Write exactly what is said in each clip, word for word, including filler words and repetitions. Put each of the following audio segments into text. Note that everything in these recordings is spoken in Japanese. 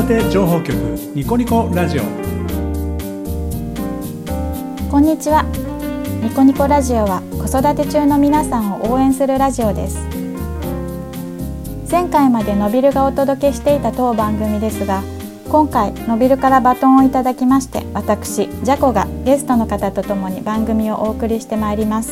育て情報局ニコニコラジオ。 こんにちは。ニコニコラジオは子育て中の皆さんを応援するラジオです。前回までのびるがお届けしていた当番組ですが、今回のびるからバトンをいただきまして、私ジャコがゲストの方とともに番組をお送りしてまいります。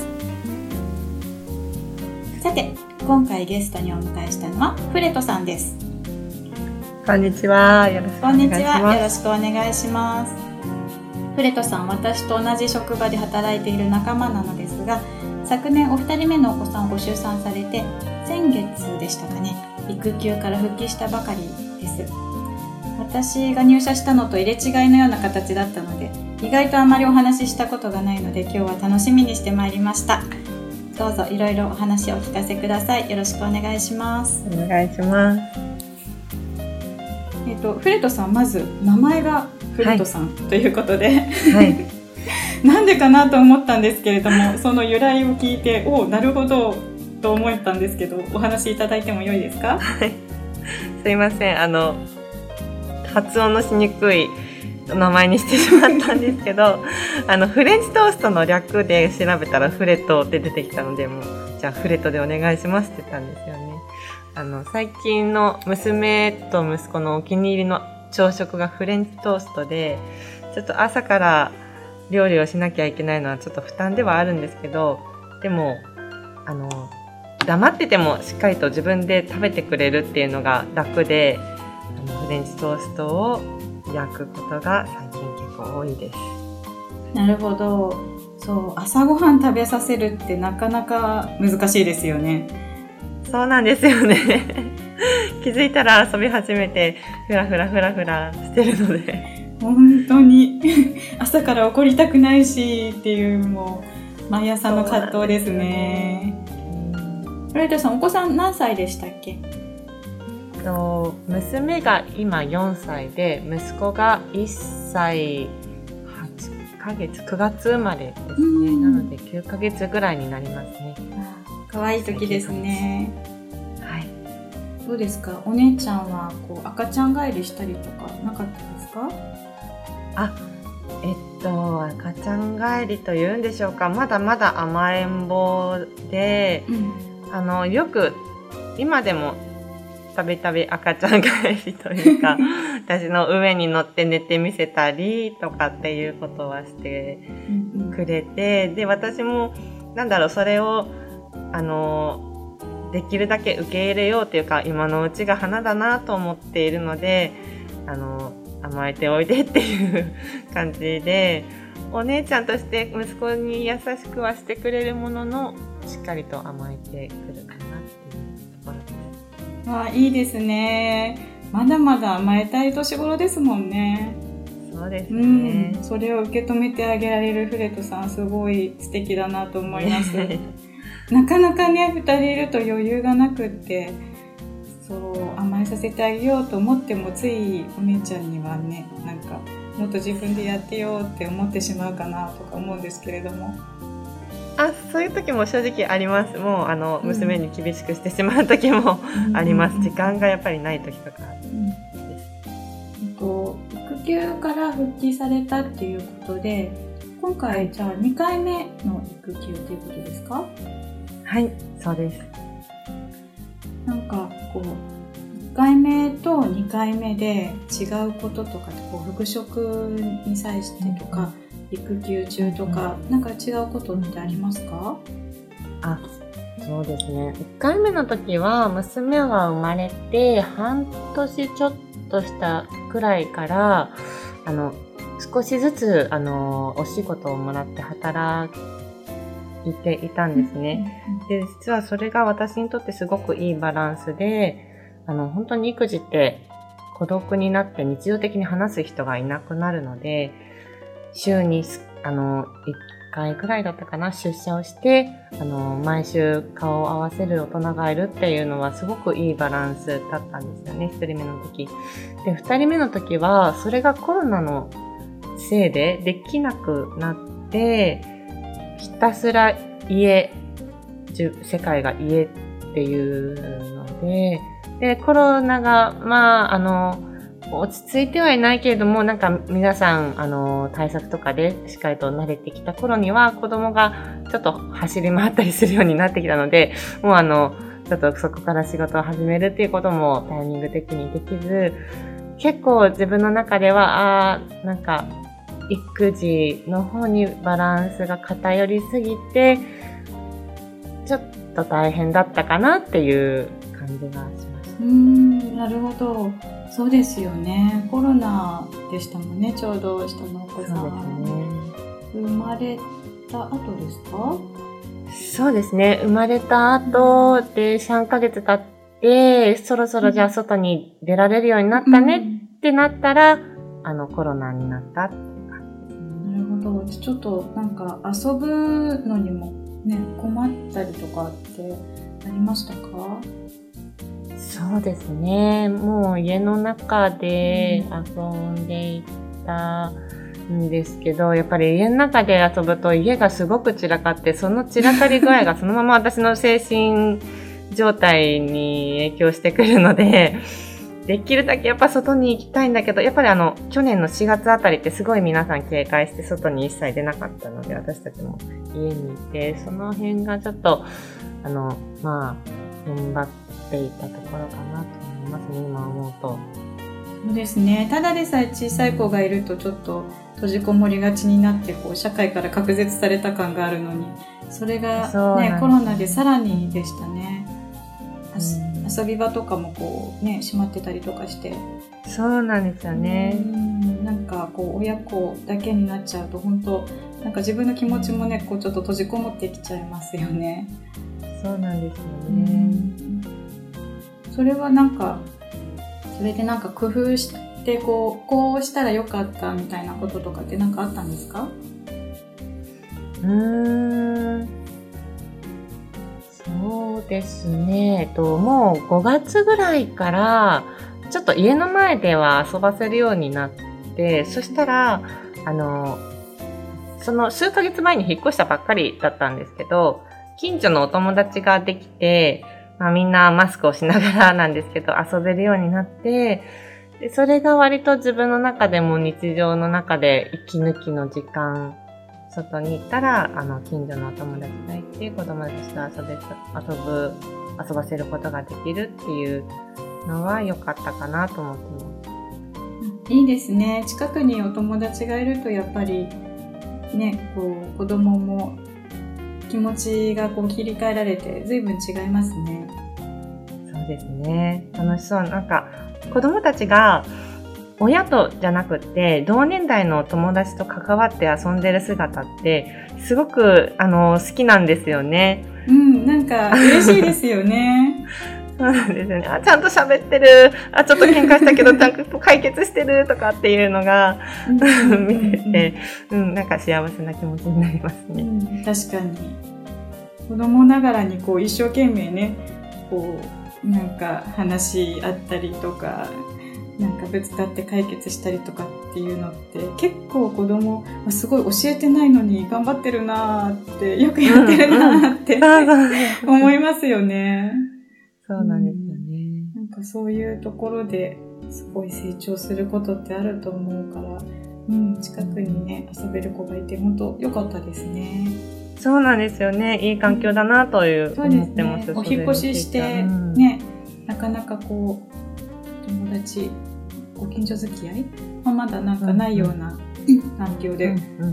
さて、今回ゲストにお迎えしたのはフレトさんです。 こんにちは。よろしくお願いします。 こんにちは。よろしくお願いします。フレトさん、私と同じ職場で働いている仲間なのですが、昨年お二人目のお子さんをご出産されて、先月でしたかね、育休から復帰したばかりです。私が入社したのと入れ違いのような形だったので、意外とあまりお話ししたことがないので、今日は楽しみにしてまいりました。どうぞいろいろお話をお聞かせください。よろしくお願いします。 お願いします。 えっと、フレトさん、まず名前がフレトさん、はい、ということで、 はい、 なんでかなと思ったんですけれども、その由来を聞いて、お、なるほどと思ったんですけど、お話しいただいてもよいですか？ はい、すいません、あの発音のしにくい名前にしてしまったんですけどあのフレンチトーストの略で調べたらフレトって出てきたので、もうじゃあフレトでお願いしますって言ったんですよね。あの最近の娘と息子のお気に入りの朝食がフレンチトーストで、ちょっと朝から料理をしなきゃいけないのはちょっと負担ではあるんですけど、でもあの黙っててもしっかりと自分で食べてくれるっていうのが楽で、あのフレンチトーストを焼くことが最近結構多いです。 なるほど。そう、朝ごはん食べさせるってなかなか難しいですよね。 そうなんですよね気づいたら遊び始めてフラフラフラフラしてるので本当に朝から怒りたくないしっていう、もう毎朝の葛藤ですね。フレイトさん、お子さん何歳でしたっけ？ と娘が今よんさいで、息子がいっさいはちかげつ、くがつ生まれですね。なのできゅうかげつぐらいになりますね。 可愛い時ですね。 はい。 どうですか？お姉ちゃんはこう赤ちゃん帰りしたりとかなかったですか？ あ、えっと赤ちゃん帰りというんでしょうか。まだまだ甘えん坊で、うん、あのよく今でもたびたび赤ちゃん帰りというか私の上に乗って寝てみせたりとかっていうことはしてくれて、で私もなんだろう、それをあのできるだけ受け入れようというか、今のうちが花だなと思っているので、あの甘えておいでっていう感じで、お姉ちゃんとして息子に優しくはしてくれるものの、しっかりと甘えてくるかなっていうところです。 わあ、いいですね。まだまだ甘えたい年頃ですもんね。 そうですね、 うん、それを受け止めてあげられるフレトさん、すごい素敵だなと思いますなかなかね、ふたりいると余裕がなくって、そう甘えさせてあげようと思っても、ついお姉ちゃんにはね、なんかもっと自分でやってよって思ってしまうかなとか思うんですけれども。 あ、そういう時も正直あります。もうあの、うん、娘に厳しくしてしまう時もあります、うんうんうん、時間がやっぱりない時とかです、うんえっと、育休から復帰されたっていうことで、今回じゃあにかいめの育休ということですか？ はい、そうです。 なんかこういっかいめとにかいめで違うこととか、こう復職に際してとか、うん、育休中とか、うん、なんか違うことってありますか？ あ、そうですね。いっかいめの時は娘は生まれて半年ちょっとしたくらいからあの少しずつあのお仕事をもらって働いていたんですね。で、実はそれが私にとってすごくいいバランスで、あの本当に育児って孤独になって日常的に話す人がいなくなるので、週にあのいっかいくらいだったかな、出社をしてあの毎週顔を合わせる大人がいるっていうのはすごくいいバランスだったんですよね、ひとりめの時。で、ふたりめの時はそれがコロナのせいでできなくなって、ひたすら家、世界が家っていうので、でコロナがまああの落ち着いてはいないけれども、なんか皆さん、あの、対策とかでしっかりと慣れてきた頃には、子供がちょっと走り回ったりするようになってきたので、もうあの、ちょっとそこから仕事を始めるっていうこともタイミング的にできず、結構自分の中では、あー、なんか、育児の方にバランスが偏りすぎて、ちょっと大変だったかなっていう感じがしました。 うーん、なるほど。そうですよね。コロナでしたもんね、ちょうど下のお子さん。 そうですね。 生まれた後ですか？ そうですね。生まれた後でさんかげつ経って、そろそろじゃあ外に出られるようになったねってなったら、うん、あのコロナになったっていう感じですね。 なるほど。ちょっとなんか遊ぶのにもね、困ったりとかってありましたか？ そうですね。もう家の中で遊んでいたんですけど、やっぱり家の中で遊ぶと家がすごく散らかって、その散らかり具合がそのまま私の精神状態に影響してくるので、できるだけやっぱ外に行きたいんだけど、やっぱりあの、去年のしがつあたりってすごい皆さん警戒して外に一切出なかったので、私たちも家にいて、その辺がちょっと、あの、まあ、踏ん張っていたところかなと思いますね、今思うと。 そうですね。ただでさえ小さい子がいるとちょっと閉じこもりがちになって、こう、社会から隔絶された感があるのに、それがね、コロナでさらにでしたね。遊び場とかもこうね、閉まってたりとかして。 そうなんですよね。 うん、なんかこう親子だけになっちゃうと本当なんか自分の気持ちもね、こうちょっと閉じこもってきちゃいますよね。 そうなんですよね。 それはなんかそれでなんか工夫してこうこうしたらよかったみたいなこととかってなんかあったんですか？ うーん。そうですね。えっと、もうごがつぐらいから、ちょっと家の前では遊ばせるようになって、そしたら、あの、その数ヶ月前に引っ越したばっかりだったんですけど、近所のお友達ができて、まあみんなマスクをしながらなんですけど、遊べるようになって、でそれが割と自分の中でも日常の中で息抜きの時間、外に行ったら、あの、近所のお友達がいて、子供たちと遊べ、遊ぶ、遊ばせることができるっていうのは良かったかなと思ってます。 いいですね。近くにお友達がいるとやっぱりね、こう子供も気持ちがこう切り替えられて随分違いますね。 そうですね。楽しそう。なんか子供たちが親とじゃなくって同年代の友達と関わって遊んでる姿ってすごくあの好きなんですよね。 うん、なんか嬉しいですよね。 そうなんですよね。あ、ちゃんと喋ってる。あ、ちょっと喧嘩したけどちゃんと解決してるとかっていうのが見てて、うん、なんか幸せな気持ちになりますね。 うん、確かに子供ながらにこう一生懸命ね、こうなんか話し合ったりとか。なんかぶつかって解決したりとかっていうのって結構子供すごい教えてないのに頑張ってるなーってよくやってるなーって、うんうん、思いますよね。 そうなんですよね、 うん。なんかそういうところですごい成長することってあると思うから、うん、近くにね遊べる子がいて本当良かったですね。 そうなんですよね。いい環境だなという、 うん、思ってます。そうですね。お引越ししてね、うん、なかなかこう友達ご近所付き合い、まあ、まだなんかないような環境で、うんうん、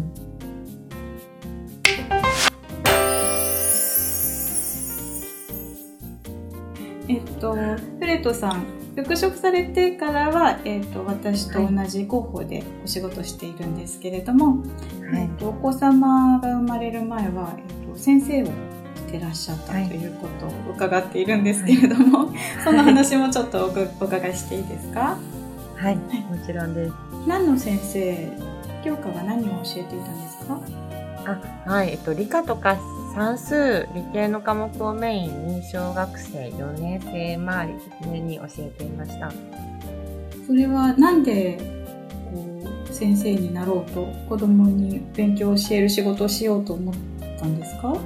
えっとフレトさん復職されてからは、えっと、私と同じ広報でお仕事しているんですけれども、はい、えっと、お子様が生まれる前は、えっと、先生をしてらっしゃったということを伺っているんですけれども、はい、その話もちょっと お, お伺いしていいですか？ はい、はい、もちろんです。 何の先生、教科は何を教えていたんですか？ あ、はい、えっと、理科とか算数、理系の科目をメインに小学生よねん生周りですねに教えていました。 それはなんでこう先生になろうと、子供に勉強を教える仕事をしようと思ったんですか？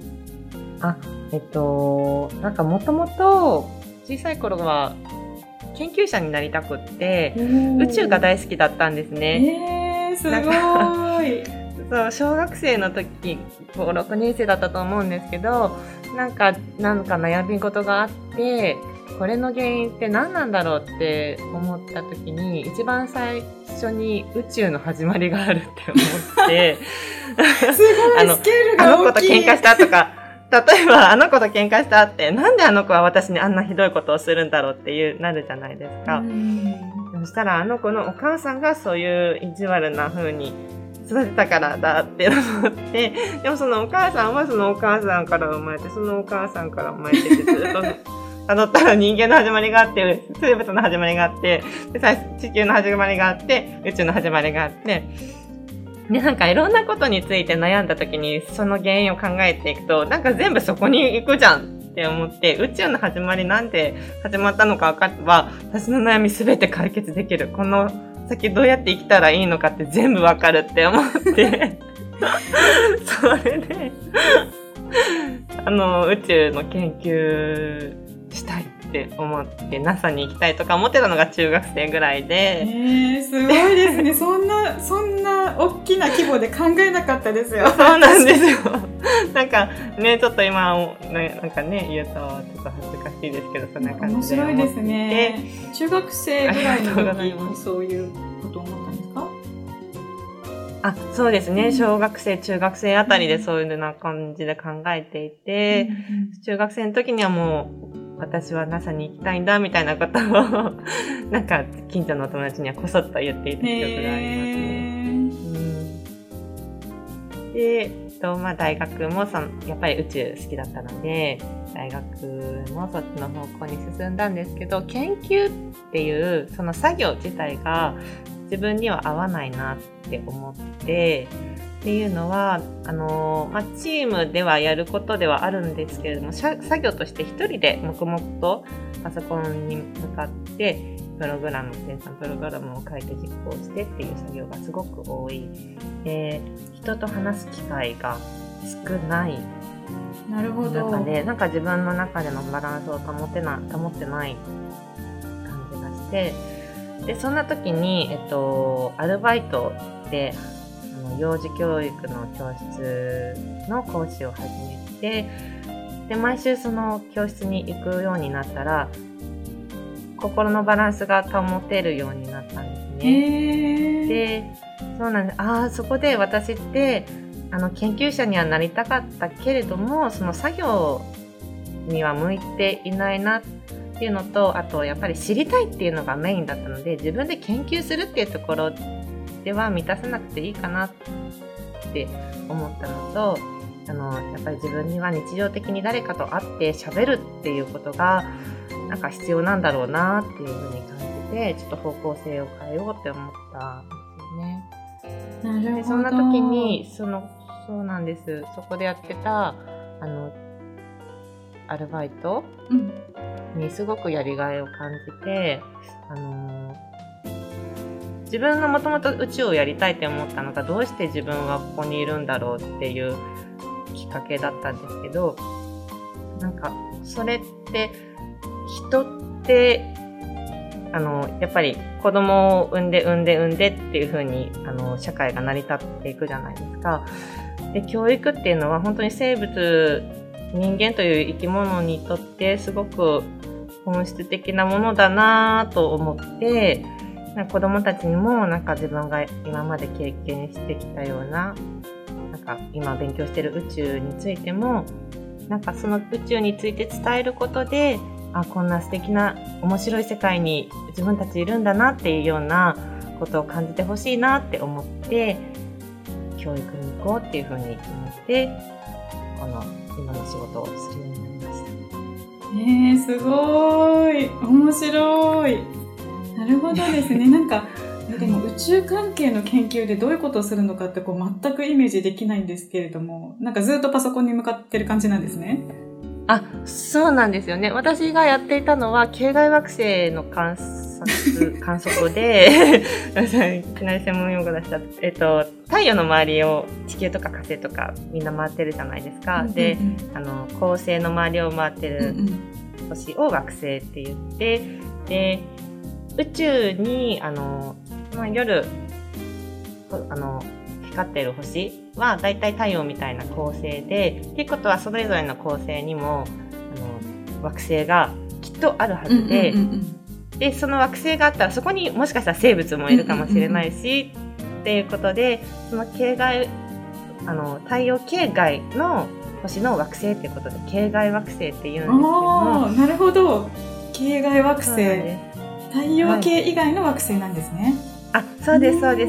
あ、えっと、なんかもともと小さい頃は研究者になりたくって、 宇宇宙が大好きだったんですね。 えー、すごい。 そう小学生の時ご、ろくねん生だったと思うんですけど、なんかなんか悩み事があって、これの原因って何なんだろうって思った時に、一番最初に宇宙の始まりがあるって思ってすごいスケールが大きい。 あの子と喧嘩したとか、例えばあの子と喧嘩したって、なんであの子は私にあんなひどいことをするんだろうっていうなるじゃないですか。そしたらあの子のお母さんがそういう意地悪な風に育てたからだって思って、でもそのお母さんはそのお母さんから生まれて、そのお母さんから生まれてて、ずっと辿ったら人間の始まりがあって、生物の始まりがあって、で地球の始まりがあって、宇宙の始まりがあって、で、なんかいろんなことについて悩んだ時にその原因を考えていくと、なんか全部そこに行くじゃんって思って、宇宙の始まりなんで始まったのか分かれば、私の悩みすべて解決できる。この先どうやって生きたらいいのかって全部分かるって思って、それで、あの、宇宙の研究したいって思って ナサ に行きたいとか思ってたのが中学生ぐらいで、 えー、すごいですね。そんなそんな大きな規模で考えなかったですよ。 そうなんですよ。なんかね、ちょっと今ね、なんかね言うとちょっと恥ずかしいですけど、そんな感じで思っていて。面白いですね。 中学生ぐらいの時にそういうことを思ったんですか？ あ、そうですね、うん、小学生中学生あたりでそういうような感じで考えていて、うん、中学生の時にはもう私は ナサ に行きたいんだみたいなことをなんか近所のお友達にはこそっと言っていた記憶がありますね。うん、で、えっとまあ、大学もそのやっぱり宇宙好きだったので、大学もそっちの方向に進んだんですけど、研究っていうその作業自体が自分には合わないなって思って、っていうのはあの、まあ、チームではやることではあるんですけれども、作業として一人で黙々とパソコンに向かってプログラム、生産プログラムを書いて実行してっていう作業がすごく多い。で、人と話す機会が少ない中で、なんか自分の中でのバランスを保てな、保ってない感じがして、でそんな時に、えっと、アルバイトで幼児教育の教室の講師を始めて、で毎週その教室に行くようになったら心のバランスが保てるようになったんですね。へー。で、そうなんです。ああ、そこで私ってあの研究者にはなりたかったけれども、その作業には向いていないなっていうのと、あとやっぱり知りたいっていうのがメインだったので、自分で研究するっていうところでは満たさなくていいかなって思ったのと、あのやっぱり自分には日常的に誰かと会って喋るっていうことがなんか必要なんだろうなっていうふうに感じて、ちょっと方向性を変えようって思ったんですよね。 なるほど。 でそんな時にそのそうなんです。そこでやってたあのアルバイトにすごくやりがいを感じて、あの自分がもともと宇宙をやりたいって思ったのが、どうして自分はここにいるんだろうっていうきっかけだったんですけど、なんかそれって人ってあのやっぱり子供を産んで産んで産んでっていう風にあの社会が成り立っていくじゃないですか。で、教育っていうのは本当に生物人間という生き物にとってすごく本質的なものだなと思って、子供たちにもなんか自分が今まで経験してきたような、なんか今勉強している宇宙についても、なんかその宇宙について伝えることで、あ、こんな素敵な面白い世界に自分たちいるんだなっていうようなことを感じてほしいなって思って、教育に行こうっていうふうに思って、この今の仕事をするようになりました。 えー、すごい面白い。なるほどですね。なんかでも宇宙関係の研究でどういうことをするのかってこう全くイメージできないんですけれども、なんかずっとパソコンに向かってる感じなんですね。 あ、そうなんですよね。私がやっていたのは系外惑星の観察観測でいきなり専門用語出した。えっと太陽の周りを地球とか火星とかみんな回ってるじゃないですか。うんうんうん、で、あの恒星の周りを回ってる星を惑星って言って、で宇宙にあの、まあ、夜あの光っている星はだいたい太陽みたいな構成で、っていうことはそれぞれの構成にもあの惑星がきっとあるはずで、うんうんうんうん、でその惑星があったらそこにもしかしたら生物もいるかもしれないし、うんうんうん、っていうことでその系外あの太陽系外の星の惑星っていうことで系外惑星っていうんですけども。 なるほど、系外惑星、太陽系以外の惑星なんですね。 はい、あ、そうですそうです。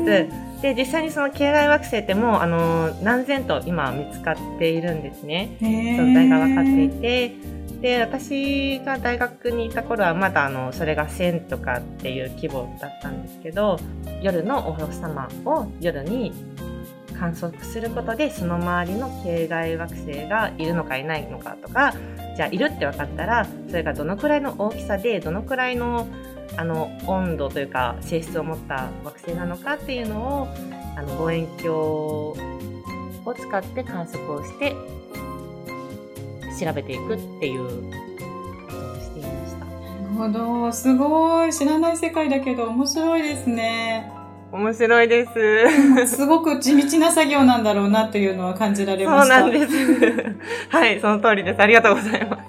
で実際にその系外惑星ってもうあの何千と今見つかっているんですね。存在が分かっていて、で私が大学にいた頃はまだあのそれがせんとかっていう規模だったんですけど、夜のお星様を夜に観測することでその周りの系外惑星がいるのかいないのかとか、じゃあいるって分かったらそれがどのくらいの大きさでどのくらいのあの温度というか性質を持った惑星なのかっていうのをあの望遠鏡を使って観測をして調べていくっていうことをしていました。 なるほど、すごい。知らない世界だけど面白いですね。 面白いです。 すごく地道な作業なんだろうなというのは感じられました。 そうなんです。はい、その通りです。ありがとうございます。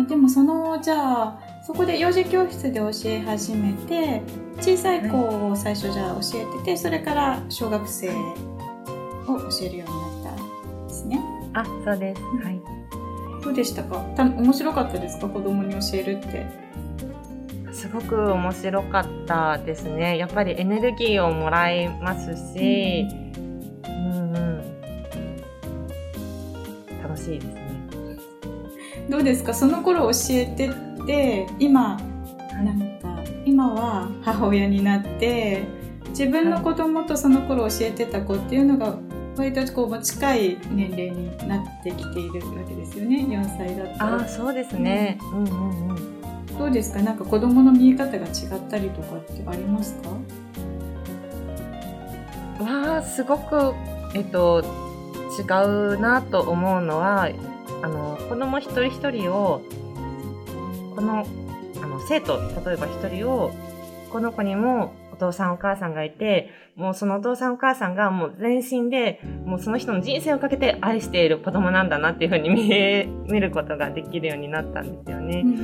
でもそのじゃあそこで幼児教室で教え始めて、小さい子を最初じゃあ教えてて、それから小学生を教えるようになったんですね。 あ、そうです。はい。 どうでしたか？た面白かったですか？子供に教えるって。 すごく面白かったですね。やっぱりエネルギーをもらいますし、うん、うんうん、楽しいですね。 どうですか？その頃教えてって今なんか今は母親になって自分の子供とその頃教えてた子っていうのが割とこう近い年齢になってきているわけですよね。よんさいだったら。 あ、そうですね。うんうんうん。 どうですか？なんか子供の見え方が違ったりとかってありますか？ わあ、すごくえっと違うなと思うのは、あの子供一人一人をこのあの生徒例えば一人をこの子にもお父さんお母さんがいて、もうそのお父さんお母さんがもう全身でもうその人の人生をかけて愛している子供なんだなっていう風に見え見ることができるようになったんですよね。うんうん、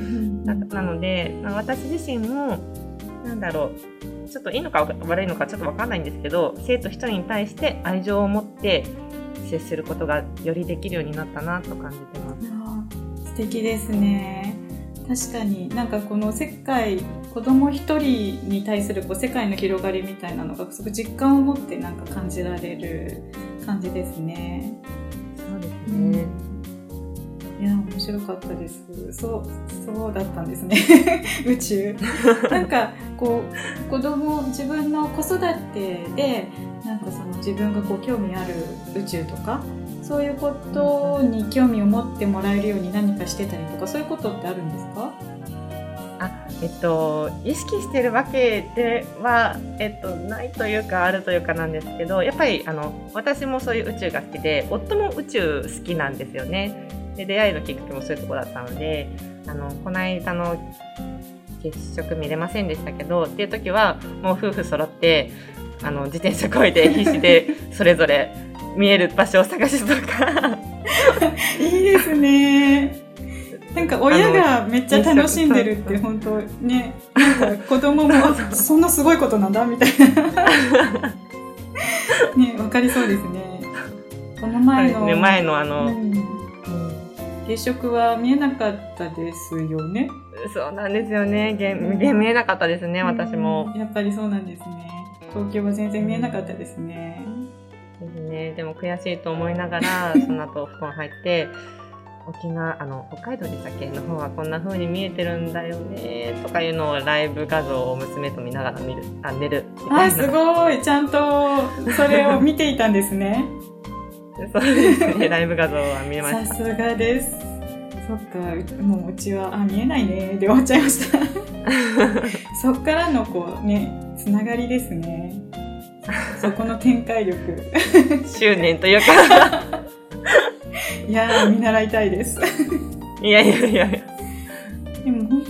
な, なので私自身もなんだろう、ちょっといいのか悪いのかちょっと分かんないんですけど、生徒一人に対して愛情を持って接することがよりできるようになったなと感じてます。 あ、素敵ですね。確かになんかこの世界、子供一人に対するこう世界の広がりみたいなのがすごく実感を持ってなんか感じられる感じですね。 そうですね。 うん、いや面白かったです。そうそうだったんですね。宇宙なんかこう子供自分の子育てでなんかその自分がこう興味ある宇宙とかそういうことに興味を持ってもらえるように何かしてたりとか、そういうことってあるんですか？ あ、えっと、意識してるわけでは、えっと、ないというかあるというかなんですけど、やっぱりあの私もそういう宇宙が好きで、夫も宇宙好きなんですよね。で出会いのきっかけもそういうところだったので、あのこの間の月食見れませんでしたけどっていう時はもう夫婦揃ってあの自転車こいで必死でそれぞれ見える場所を探しとかいいですね。なんか親がめっちゃ楽しんでるって本当ね、なんか子供もそんなすごいことなんだみたいなね、わかりそうですね。この前の、 ね、前のあの、うん、 月食は見えなかったですよね。 そうなんですよね。げ見えなかったですね、私も。 やっぱりそうなんですね。東京は全然見えなかったですね。 ですね。でも悔しいと思いながらその後お布団入って沖縄あの北海道でしたっけの方はこんな風に見えてるんだよねとかいうのをライブ画像を娘と見ながら見るあ寝るみたいな。 あ、すごい、ちゃんとそれを見ていたんですね。 そうですね、ライブ画像は見えました。 さすがです。そっか、もううちはあ見えないねで終わっちゃいました。そっからのこうねつながりですね。そこの展開力執念というかいやー見習いたいです。 いやいやいやでも本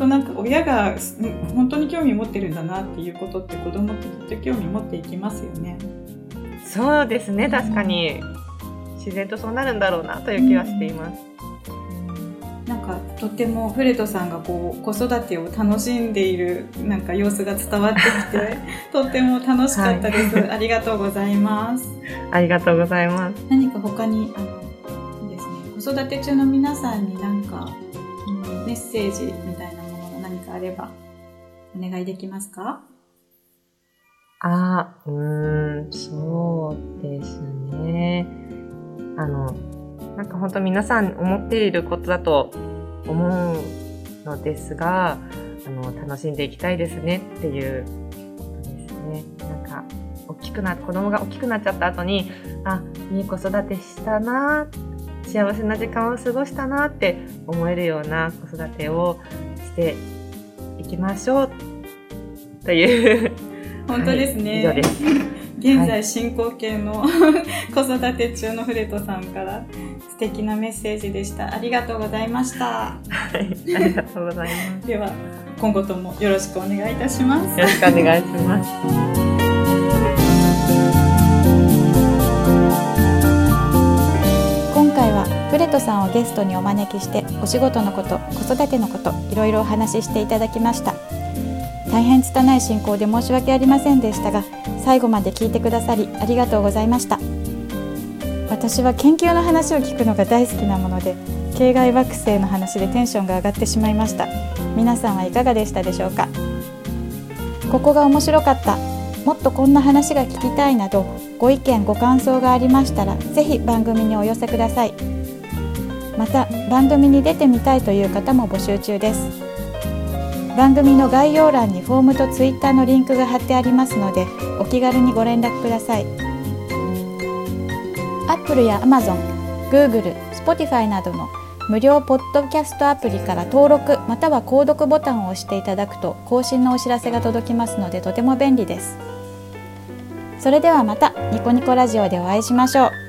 となんか親が本当に興味持ってるんだなっていうことって子供ってきっと興味持っていきますよね。 そうですね、確かに自然とそうなるんだろうなという気はしています。 うん、なんかとってもフレトさんがこう子育てを楽しんでいるなんか様子が伝わってきてとっても楽しかったです、はい、ありがとうございます。 ありがとうございます。 何か他にあのですね、子育て中の皆さんに何か、うん、メッセージみたいなものが何かあればお願いできますか？ あー、うーん、そうですね。あの、なんか本当皆さん思っていることだと思うのですが、あの、楽しんでいきたいですねっていうことですね。なんか、大きくな、子供が大きくなっちゃった後に、あ、いい子育てしたな、幸せな時間を過ごしたなって思えるような子育てをしていきましょうという本当ですね、 はい、以上です。 現在進行形の、はい、子育て中のフレトさんから素敵なメッセージでした。ありがとうございました。 はい、ありがとうございます。 では今後ともよろしくお願いいたします。 よろしくお願いします。 今回はフレトさんをゲストにお招きしてお仕事のこと、子育てのこといろいろお話ししていただきました。大変拙い進行で申し訳ありませんでしたが、最後まで聞いてくださりありがとうございました。私は研究の話を聞くのが大好きなもので、系外惑星の話でテンションが上がってしまいました。皆さんはいかがでしたでしょうか？ここが面白かった、もっとこんな話が聞きたいなどご意見ご感想がありましたら、ぜひ番組にお寄せください。また番組に出てみたいという方も募集中です。番組の概要欄にフォームとツイッターのリンクが貼ってありますので、お気軽にご連絡ください。Apple や Amazon、Google、Spotify などの無料ポッドキャストアプリから登録または購読ボタンを押していただくと更新のお知らせが届きますので、とても便利です。それではまたニコニコラジオでお会いしましょう。